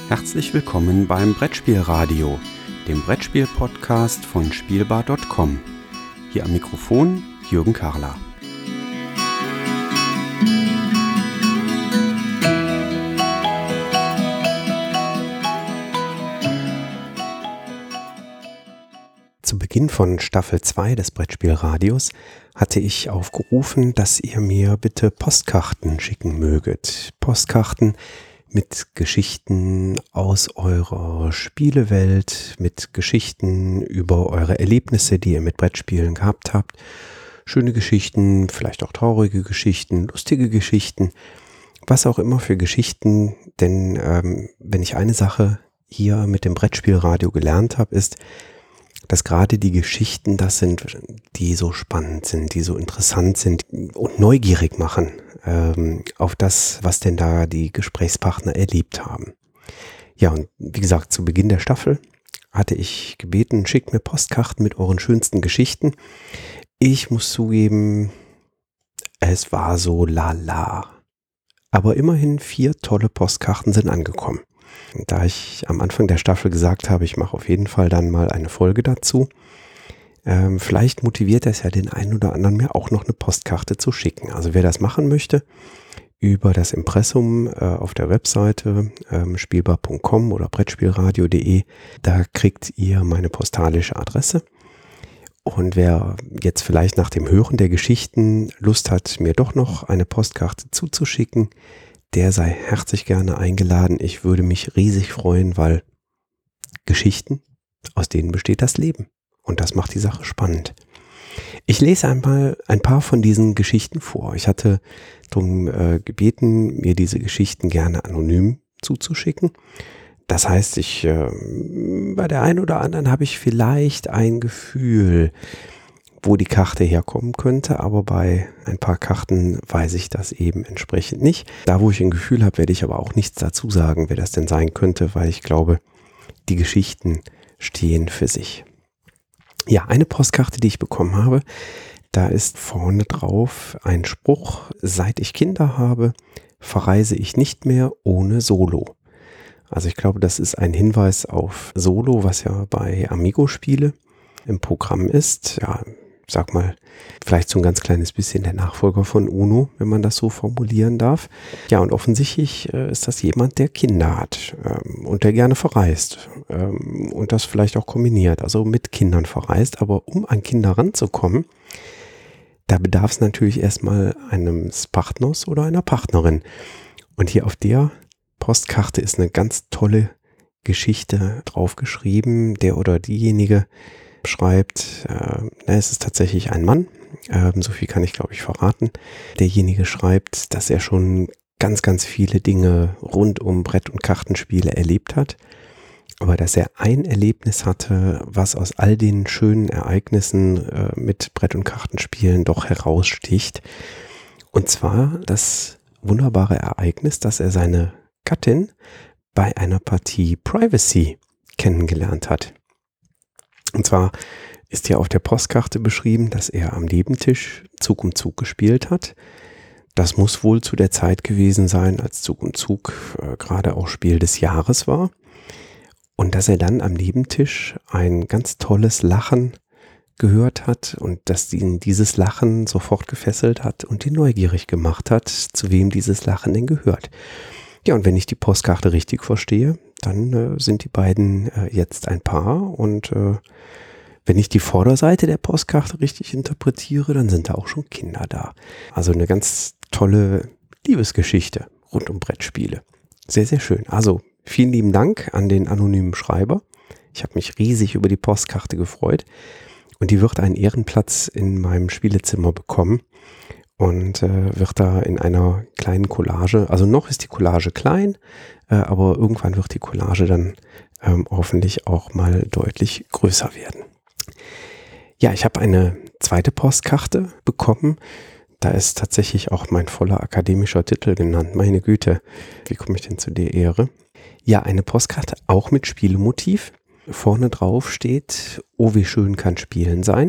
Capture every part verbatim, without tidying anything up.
Herzlich willkommen beim Brettspielradio, dem Brettspiel-Podcast von Spielbar Punkt com. Hier am Mikrofon Jürgen Karla. Zu Beginn von Staffel zwei des Brettspielradios hatte ich aufgerufen, dass ihr mir bitte Postkarten schicken möget. Postkarten mit Geschichten aus eurer Spielewelt, mit Geschichten über eure Erlebnisse, die ihr mit Brettspielen gehabt habt. Schöne Geschichten, vielleicht auch traurige Geschichten, lustige Geschichten, was auch immer für Geschichten. Denn ähm, wenn ich eine Sache hier mit dem Brettspielradio gelernt habe, ist, dass gerade die Geschichten das sind, die so spannend sind, die so interessant sind und neugierig machen ähm, auf das, was denn da die Gesprächspartner erlebt haben. Ja, und wie gesagt, zu Beginn der Staffel hatte ich gebeten, schickt mir Postkarten mit euren schönsten Geschichten. Ich muss zugeben, es war so lala. Aber immerhin vier tolle Postkarten sind angekommen. Da ich am Anfang der Staffel gesagt habe, ich mache auf jeden Fall dann mal eine Folge dazu, ähm, vielleicht motiviert es ja den einen oder anderen, mir auch noch eine Postkarte zu schicken. Also wer das machen möchte, über das Impressum äh, auf der Webseite ähm, spielbar Punkt com oder brettspielradio Punkt de, da kriegt ihr meine postalische Adresse. Und wer jetzt vielleicht nach dem Hören der Geschichten Lust hat, mir doch noch eine Postkarte zuzuschicken, der sei herzlich gerne eingeladen. Ich würde mich riesig freuen, weil Geschichten, aus denen besteht das Leben. Und das macht die Sache spannend. Ich lese einmal ein paar von diesen Geschichten vor. Ich hatte darum äh, gebeten, mir diese Geschichten gerne anonym zuzuschicken. Das heißt, ich äh, bei der einen oder anderen habe ich vielleicht ein Gefühl, wo die Karte herkommen könnte, aber bei ein paar Karten weiß ich das eben entsprechend nicht. Da, wo ich ein Gefühl habe, werde ich aber auch nichts dazu sagen, wer das denn sein könnte, weil ich glaube, die Geschichten stehen für sich. Ja, eine Postkarte, die ich bekommen habe, da ist vorne drauf ein Spruch: Seit ich Kinder habe, verreise ich nicht mehr ohne Solo. Also ich glaube, das ist ein Hinweis auf Solo, was ja bei Amigo-Spiele im Programm ist. Ja, sag mal, vielleicht so ein ganz kleines bisschen der Nachfolger von Uno, wenn man das so formulieren darf. Ja, und offensichtlich äh, ist das jemand, der Kinder hat ähm, und der gerne verreist ähm, und das vielleicht auch kombiniert, also mit Kindern verreist. Aber um an Kinder ranzukommen, da bedarf es natürlich erstmal eines Partners oder einer Partnerin. Und hier auf der Postkarte ist eine ganz tolle Geschichte draufgeschrieben. Der oder diejenige schreibt, äh, es ist tatsächlich ein Mann, äh, so viel kann ich glaube ich verraten. Derjenige schreibt, dass er schon ganz, ganz viele Dinge rund um Brett- und Kartenspiele erlebt hat, aber dass er ein Erlebnis hatte, was aus all den schönen Ereignissen äh, mit Brett- und Kartenspielen doch heraussticht. Und zwar das wunderbare Ereignis, dass er seine Gattin bei einer Partie Privacy kennengelernt hat. Und zwar ist hier auf der Postkarte beschrieben, dass er am Nebentisch Zug um Zug gespielt hat. Das muss wohl zu der Zeit gewesen sein, als Zug um Zug äh, gerade auch Spiel des Jahres war. Und dass er dann am Nebentisch ein ganz tolles Lachen gehört hat und dass ihn dieses Lachen sofort gefesselt hat und ihn neugierig gemacht hat, zu wem dieses Lachen denn gehört. Ja, und wenn ich die Postkarte richtig verstehe, dann äh, sind die beiden äh, jetzt ein Paar und äh, wenn ich die Vorderseite der Postkarte richtig interpretiere, dann sind da auch schon Kinder da. Also eine ganz tolle Liebesgeschichte rund um Brettspiele. Sehr, sehr schön. Also vielen lieben Dank an den anonymen Schreiber. Ich habe mich riesig über die Postkarte gefreut und die wird einen Ehrenplatz in meinem Spielezimmer bekommen. Und äh, wird da in einer kleinen Collage, also noch ist die Collage klein, äh, aber irgendwann wird die Collage dann ähm, hoffentlich auch mal deutlich größer werden. Ja, ich habe eine zweite Postkarte bekommen. Da ist tatsächlich auch mein voller akademischer Titel genannt. Meine Güte, wie komme ich denn zu der Ehre? Ja, eine Postkarte auch mit Spielemotiv. Vorne drauf steht: Oh, wie schön kann Spielen sein.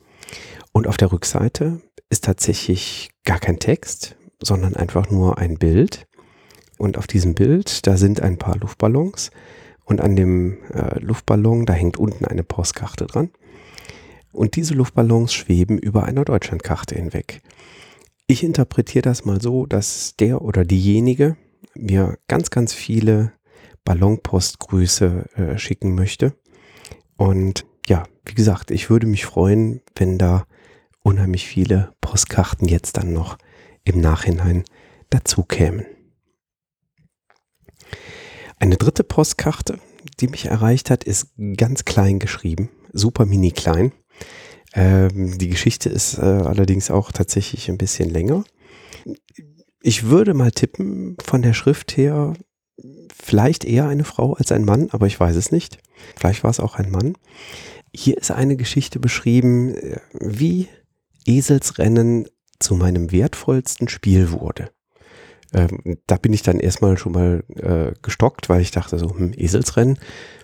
Und auf der Rückseite ist tatsächlich gar kein Text, sondern einfach nur ein Bild Und auf diesem Bild, da sind ein paar Luftballons und an dem äh, Luftballon, da hängt unten eine Postkarte dran. Und diese Luftballons schweben über einer Deutschlandkarte hinweg. Ich interpretiere das mal so, dass der oder diejenige mir ganz, ganz viele Ballonpostgrüße äh, schicken möchte. Und ja, wie gesagt, ich würde mich freuen, wenn da unheimlich viele Postkarten jetzt dann noch im Nachhinein dazu kämen. Eine dritte Postkarte, die mich erreicht hat, ist ganz klein geschrieben, super mini klein. Ähm, die Geschichte ist äh, allerdings auch tatsächlich ein bisschen länger. Ich würde mal tippen, von der Schrift her, vielleicht eher eine Frau als ein Mann, aber ich weiß es nicht. Vielleicht war es auch ein Mann. Hier ist eine Geschichte beschrieben, wie Eselsrennen zu meinem wertvollsten Spiel wurde. Ähm, da bin ich dann erstmal schon mal äh, gestockt, weil ich dachte so, hm, Eselsrennen,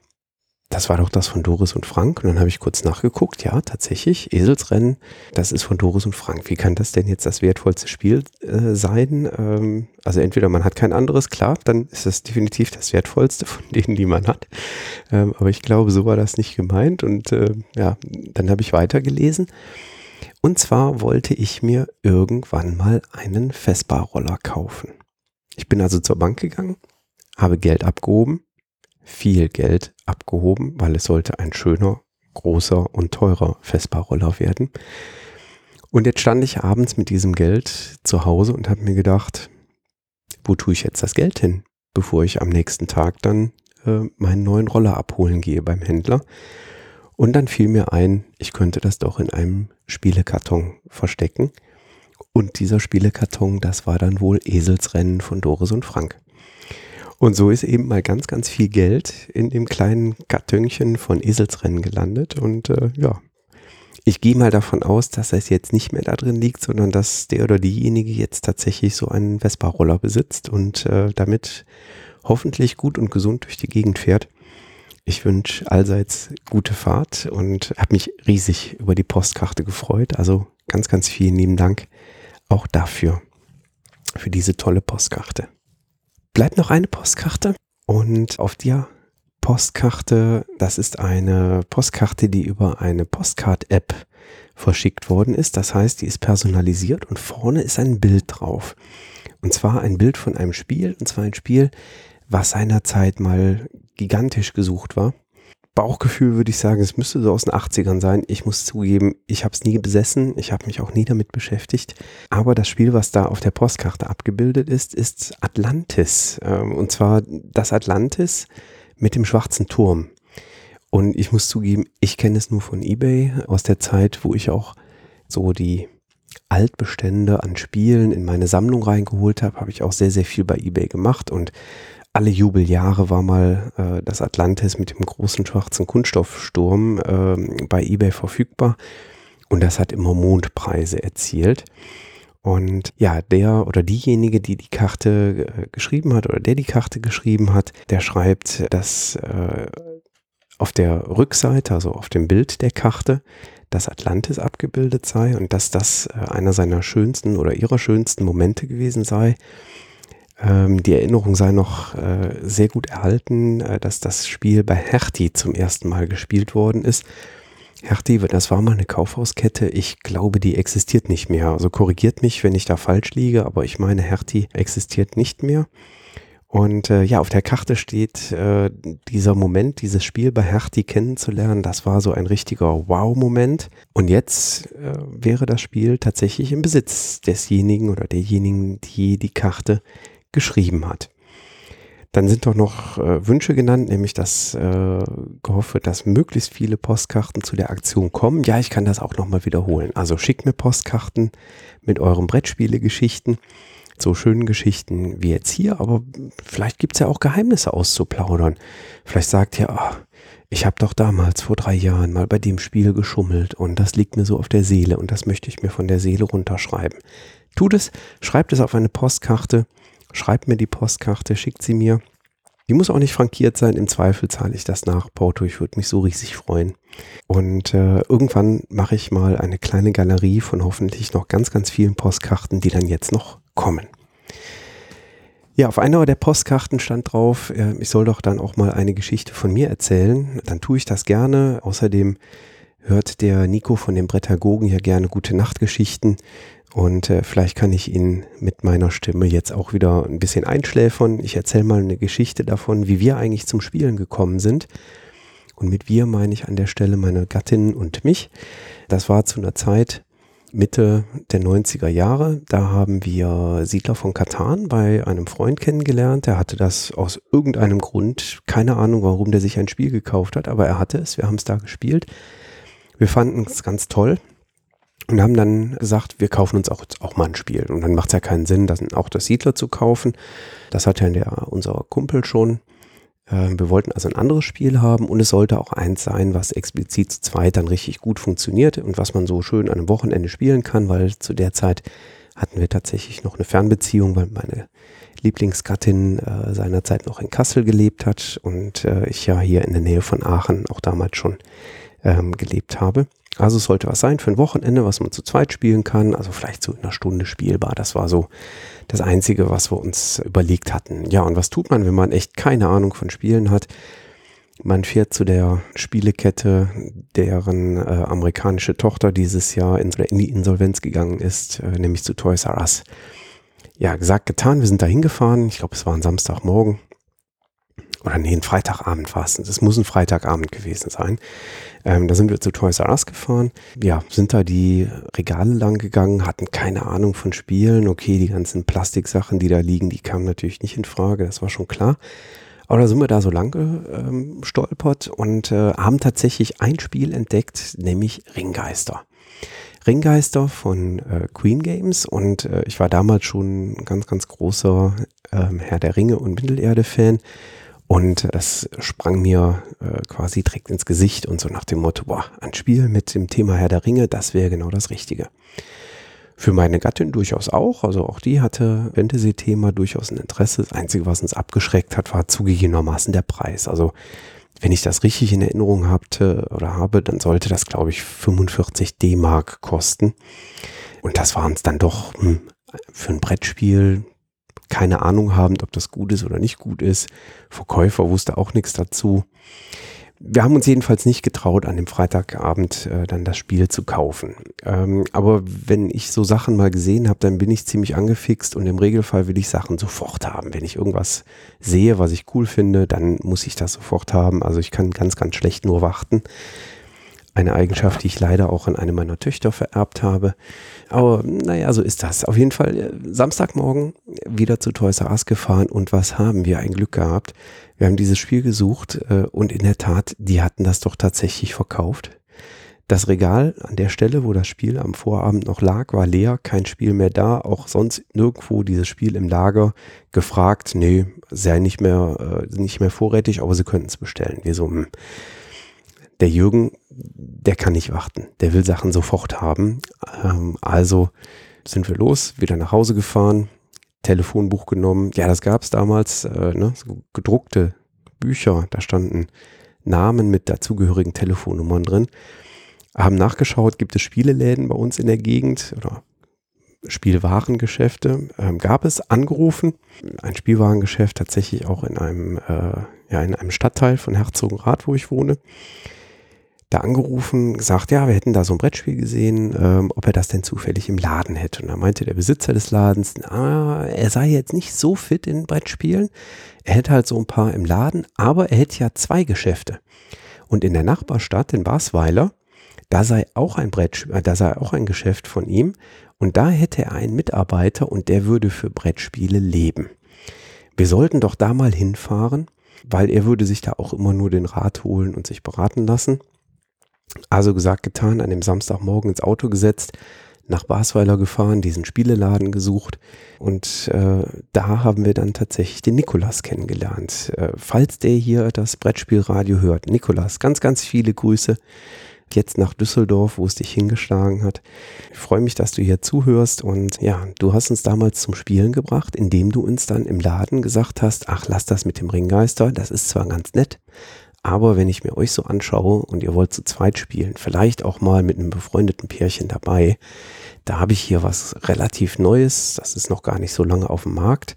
das war doch das von Doris und Frank. Und dann habe ich kurz nachgeguckt, ja, tatsächlich, Eselsrennen, das ist von Doris und Frank. Wie kann das denn jetzt das wertvollste Spiel äh, sein? Ähm, also entweder man hat kein anderes, klar, dann ist das definitiv das wertvollste von denen, die man hat. Ähm, aber ich glaube, so war das nicht gemeint. Und äh, ja, dann habe ich weitergelesen. Und zwar wollte ich mir irgendwann mal einen Vespa-Roller kaufen. Ich bin also zur Bank gegangen, habe Geld abgehoben, viel Geld abgehoben, weil es sollte ein schöner, großer und teurer Vespa-Roller werden. Und jetzt stand ich abends mit diesem Geld zu Hause und habe mir gedacht, wo tue ich jetzt das Geld hin, bevor ich am nächsten Tag dann äh, meinen neuen Roller abholen gehe beim Händler. Und dann fiel mir ein, ich könnte das doch in einem Spielekarton verstecken. Und dieser Spielekarton, das war dann wohl Eselsrennen von Doris und Frank. Und so ist eben mal ganz, ganz viel Geld in dem kleinen Kartönchen von Eselsrennen gelandet. Und äh, ja, ich gehe mal davon aus, dass das jetzt nicht mehr da drin liegt, sondern dass der oder diejenige jetzt tatsächlich so einen Vespa-Roller besitzt und äh, damit hoffentlich gut und gesund durch die Gegend fährt. Ich wünsche allseits gute Fahrt und habe mich riesig über die Postkarte gefreut. Also ganz, ganz vielen lieben Dank auch dafür, für diese tolle Postkarte. Bleibt noch eine Postkarte und auf der Postkarte, das ist eine Postkarte, die über eine Postcard-App verschickt worden ist. Das heißt, die ist personalisiert und vorne ist ein Bild drauf. Und zwar ein Bild von einem Spiel, und zwar ein Spiel, was seinerzeit mal gigantisch gesucht war. Bauchgefühl würde ich sagen, es müsste so aus den achtzigern sein. Ich muss zugeben, ich habe es nie besessen, ich habe mich auch nie damit beschäftigt. Aber das Spiel, was da auf der Postkarte abgebildet ist, ist Atlantis. Und zwar das Atlantis mit dem schwarzen Turm. Und ich muss zugeben, ich kenne es nur von eBay, aus der Zeit, wo ich auch so die Altbestände an Spielen in meine Sammlung reingeholt habe, habe ich auch sehr, sehr viel bei eBay gemacht und alle Jubeljahre war mal äh, das Atlantis mit dem großen schwarzen Kunststoffsturm äh, bei eBay verfügbar und das hat immer Mondpreise erzielt. Und ja, der oder diejenige, die die Karte äh, geschrieben hat oder der die Karte geschrieben hat, der schreibt, dass äh, auf der Rückseite, also auf dem Bild der Karte, das Atlantis abgebildet sei und dass das äh, einer seiner schönsten oder ihrer schönsten Momente gewesen sei. Ähm, die Erinnerung sei noch äh, sehr gut erhalten, äh, dass das Spiel bei Hertie zum ersten Mal gespielt worden ist. Hertie, das war mal eine Kaufhauskette. Ich glaube, die existiert nicht mehr. Also korrigiert mich, wenn ich da falsch liege, aber ich meine, Hertie existiert nicht mehr. Und äh, ja, auf der Karte steht äh, dieser Moment, dieses Spiel bei Hertie kennenzulernen, das war so ein richtiger Wow-Moment. Und jetzt äh, wäre das Spiel tatsächlich im Besitz desjenigen oder derjenigen, die die Karte geschrieben hat. Dann sind doch noch äh, Wünsche genannt, nämlich das äh, gehoffe, dass möglichst viele Postkarten zu der Aktion kommen. Ja, ich kann das auch nochmal wiederholen. Also schickt mir Postkarten mit euren Brettspiele-Geschichten, so schönen Geschichten wie jetzt hier, aber vielleicht gibt es ja auch Geheimnisse auszuplaudern. Vielleicht sagt ihr, oh, ich habe doch damals vor drei Jahren mal bei dem Spiel geschummelt und das liegt mir so auf der Seele und das möchte ich mir von der Seele runterschreiben. Tut es, schreibt es auf eine Postkarte. Schreibt mir die Postkarte, schickt sie mir. Die muss auch nicht frankiert sein, im Zweifel zahle ich das nach Porto. Ich würde mich so riesig freuen. Und äh, irgendwann mache ich mal eine kleine Galerie von hoffentlich noch ganz, ganz vielen Postkarten, die dann jetzt noch kommen. Ja, auf einer der Postkarten stand drauf, äh, ich soll doch dann auch mal eine Geschichte von mir erzählen. Dann tue ich das gerne. Außerdem hört der Nico von den Brettagogen ja gerne Gute-Nacht-Geschichten. Und äh, vielleicht kann ich ihn mit meiner Stimme jetzt auch wieder ein bisschen einschläfern. Ich erzähle mal eine Geschichte davon, wie wir eigentlich zum Spielen gekommen sind. Und mit wir meine ich an der Stelle meine Gattin und mich. Das war zu einer Zeit Mitte der neunziger Jahre. Da haben wir Siedler von Catan bei einem Freund kennengelernt. Der hatte das aus irgendeinem Grund, keine Ahnung, warum der sich ein Spiel gekauft hat, aber er hatte es. Wir haben es da gespielt. Wir fanden es ganz toll und haben dann gesagt, wir kaufen uns auch, auch mal ein Spiel. Und dann macht es ja keinen Sinn, das, auch das Siedler zu kaufen. Das hat ja der, unser Kumpel schon. Wir wollten also ein anderes Spiel haben und es sollte auch eins sein, was explizit zu zweit dann richtig gut funktioniert und was man so schön an einem Wochenende spielen kann, weil zu der Zeit hatten wir tatsächlich noch eine Fernbeziehung, weil meine Lieblingsgattin äh, seinerzeit noch in Kassel gelebt hat und äh, ich ja hier in der Nähe von Aachen auch damals schon ähm, gelebt habe. Also es sollte was sein für ein Wochenende, was man zu zweit spielen kann, also vielleicht so in einer Stunde spielbar. Das war so das Einzige, was wir uns überlegt hatten. Ja, und was tut man, wenn man echt keine Ahnung von Spielen hat? Man fährt zu der Spielekette, deren äh, amerikanische Tochter dieses Jahr in, in die Insolvenz gegangen ist, äh, nämlich zu Toys R Us. Ja, gesagt, getan, wir sind da hingefahren. Ich glaube, es war ein Samstagmorgen. Oder nee, ein Freitagabend war es. Es muss ein Freitagabend gewesen sein. Ähm, da sind wir zu Toys R Us gefahren. Ja, sind da die Regale lang gegangen, hatten keine Ahnung von Spielen. Okay, die ganzen Plastiksachen, die da liegen, die kamen natürlich nicht in Frage. Das war schon klar. Aber da sind wir da so lang ähm, gestolpert und äh, haben tatsächlich ein Spiel entdeckt, nämlich Ringgeister. Ringgeister von äh, Queen Games und äh, ich war damals schon ein ganz, ganz großer ähm, Herr der Ringe und Mittelerde-Fan. Und es sprang mir äh, quasi direkt ins Gesicht und so nach dem Motto, boah, ein Spiel mit dem Thema Herr der Ringe, das wäre genau das Richtige. Für meine Gattin durchaus auch, also auch die hatte Fantasy-Thema durchaus ein Interesse. Das Einzige, was uns abgeschreckt hat, war zugegebenermaßen der Preis. Also wenn ich das richtig in Erinnerung hatte oder habe, dann sollte das, glaube ich, fünfundvierzig D-Mark kosten. Und das war uns dann doch hm, für ein Brettspiel, keine Ahnung habend, ob das gut ist oder nicht gut ist. Verkäufer wusste auch nichts dazu. Wir haben uns jedenfalls nicht getraut, an dem Freitagabend äh, dann das Spiel zu kaufen. Ähm, aber wenn ich so Sachen mal gesehen habe, dann bin ich ziemlich angefixt und im Regelfall will ich Sachen sofort haben. Wenn ich irgendwas sehe, was ich cool finde, dann muss ich das sofort haben. Also ich kann ganz, ganz schlecht nur warten. Eine Eigenschaft, die ich leider auch an eine meiner Töchter vererbt habe. Aber naja, so ist das. Auf jeden Fall äh, Samstagmorgen wieder zu Toys R Us gefahren und was haben wir ein Glück gehabt. Wir haben dieses Spiel gesucht äh, und in der Tat, die hatten das doch tatsächlich verkauft. Das Regal an der Stelle, wo das Spiel am Vorabend noch lag, war leer, kein Spiel mehr da. Auch sonst nirgendwo dieses Spiel im Lager gefragt. Nee, sei nicht mehr, äh, nicht mehr vorrätig, aber sie könnten es bestellen. Wir so, hm. Der Jürgen, der kann nicht warten. Der will Sachen sofort haben. Ähm, also sind wir los, wieder nach Hause gefahren, Telefonbuch genommen. Ja, das gab es damals, äh, ne, so gedruckte Bücher. Da standen Namen mit dazugehörigen Telefonnummern drin. Haben nachgeschaut, gibt es Spieleläden bei uns in der Gegend oder Spielwarengeschäfte. Ähm, gab es, angerufen. Ein Spielwarengeschäft tatsächlich auch in einem, äh, ja, in einem Stadtteil von Herzogenrath, wo ich wohne. Da angerufen, gesagt, ja, wir hätten da so ein Brettspiel gesehen, ähm, ob er das denn zufällig im Laden hätte. Und da meinte der Besitzer des Ladens, ah, er sei jetzt nicht so fit in Brettspielen. Er hätte halt so ein paar im Laden, aber er hätte ja zwei Geschäfte. Und in der Nachbarstadt, in Basweiler, da sei auch ein Brettspiel, äh, da sei auch ein Geschäft von ihm. Und da hätte er einen Mitarbeiter und der würde für Brettspiele leben. Wir sollten doch da mal hinfahren, weil er würde sich da auch immer nur den Rat holen und sich beraten lassen. Also gesagt, getan, an dem Samstagmorgen ins Auto gesetzt, nach Basweiler gefahren, diesen Spieleladen gesucht und äh, da haben wir dann tatsächlich den Nikolas kennengelernt. Äh, falls der hier das Brettspielradio hört, Nikolas, ganz, ganz viele Grüße. Jetzt nach Düsseldorf, wo es dich hingeschlagen hat. Ich freue mich, dass du hier zuhörst und ja, du hast uns damals zum Spielen gebracht, indem du uns dann im Laden gesagt hast, ach, lass das mit dem Ringgeister, das ist zwar ganz nett, aber wenn ich mir euch so anschaue und ihr wollt zu zweit spielen, vielleicht auch mal mit einem befreundeten Pärchen dabei, da habe ich hier was relativ Neues, das ist noch gar nicht so lange auf dem Markt.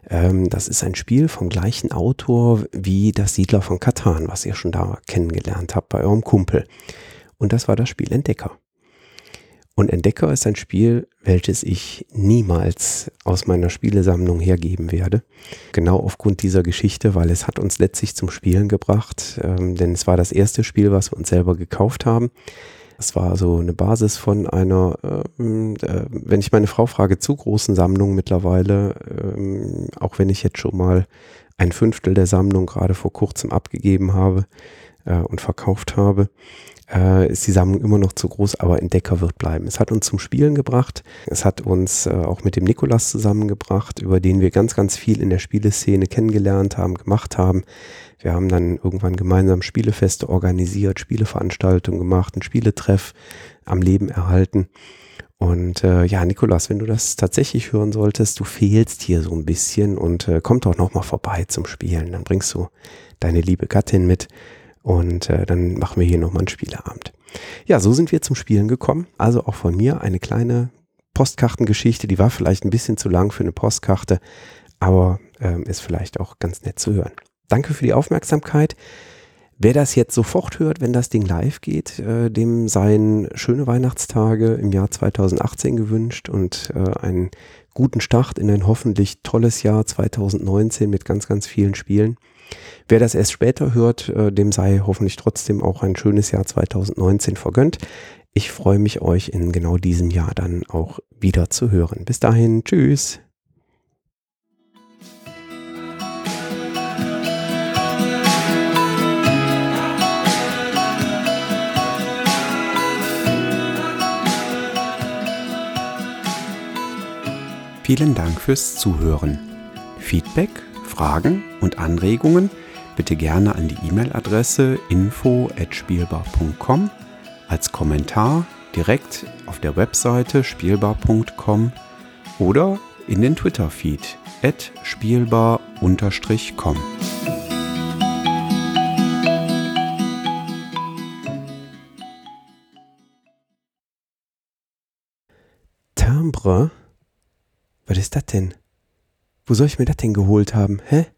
Ähm, das ist ein Spiel vom gleichen Autor wie das Siedler von Catan, was ihr schon da kennengelernt habt bei eurem Kumpel. Und das war das Spiel Entdecker. Und Entdecker ist ein Spiel, welches ich niemals aus meiner Spielesammlung hergeben werde. Genau aufgrund dieser Geschichte, weil es hat uns letztlich zum Spielen gebracht. Ähm, denn es war das erste Spiel, was wir uns selber gekauft haben. Es war so eine Basis von einer, ähm, äh, wenn ich meine Frau frage, zu großen Sammlung mittlerweile. Ähm, auch wenn ich jetzt schon mal ein Fünftel der Sammlung gerade vor kurzem abgegeben habe äh, und verkauft habe. Äh, ist die Sammlung immer noch zu groß, aber Entdecker wird bleiben. Es hat uns zum Spielen gebracht. Es hat uns äh, auch mit dem Nikolas zusammengebracht, über den wir ganz, ganz viel in der Spieleszene kennengelernt haben, gemacht haben. Wir haben dann irgendwann gemeinsam Spielefeste organisiert, Spieleveranstaltungen gemacht, einen Spieletreff am Leben erhalten. Und äh, ja, Nikolas, wenn du das tatsächlich hören solltest, du fehlst hier so ein bisschen und äh, komm doch nochmal vorbei zum Spielen. Dann bringst du deine liebe Gattin mit. Und äh, dann machen wir hier nochmal einen Spieleabend. Ja, so sind wir zum Spielen gekommen. Also auch von mir eine kleine Postkartengeschichte. Die war vielleicht ein bisschen zu lang für eine Postkarte, aber ähm, ist vielleicht auch ganz nett zu hören. Danke für die Aufmerksamkeit. Wer das jetzt sofort hört, wenn das Ding live geht, äh, dem seien schöne Weihnachtstage im Jahr zweitausendachtzehn gewünscht und äh, einen guten Start in ein hoffentlich tolles Jahr zweitausendneunzehn mit ganz, ganz vielen Spielen. Wer das erst später hört, äh, dem sei hoffentlich trotzdem auch ein schönes Jahr zweitausendneunzehn vergönnt. Ich freue mich, euch in genau diesem Jahr dann auch wieder zu hören. Bis dahin, tschüss. Vielen Dank fürs Zuhören. Feedback, Fragen und Anregungen bitte gerne an die E-Mail-Adresse info at spielbar punkt com, als Kommentar direkt auf der Webseite spielbar punkt com oder in den Twitter-Feed at spielbar Bindestrich com. Timbre? Was ist das denn? Wo soll ich mir das denn geholt haben? Hä?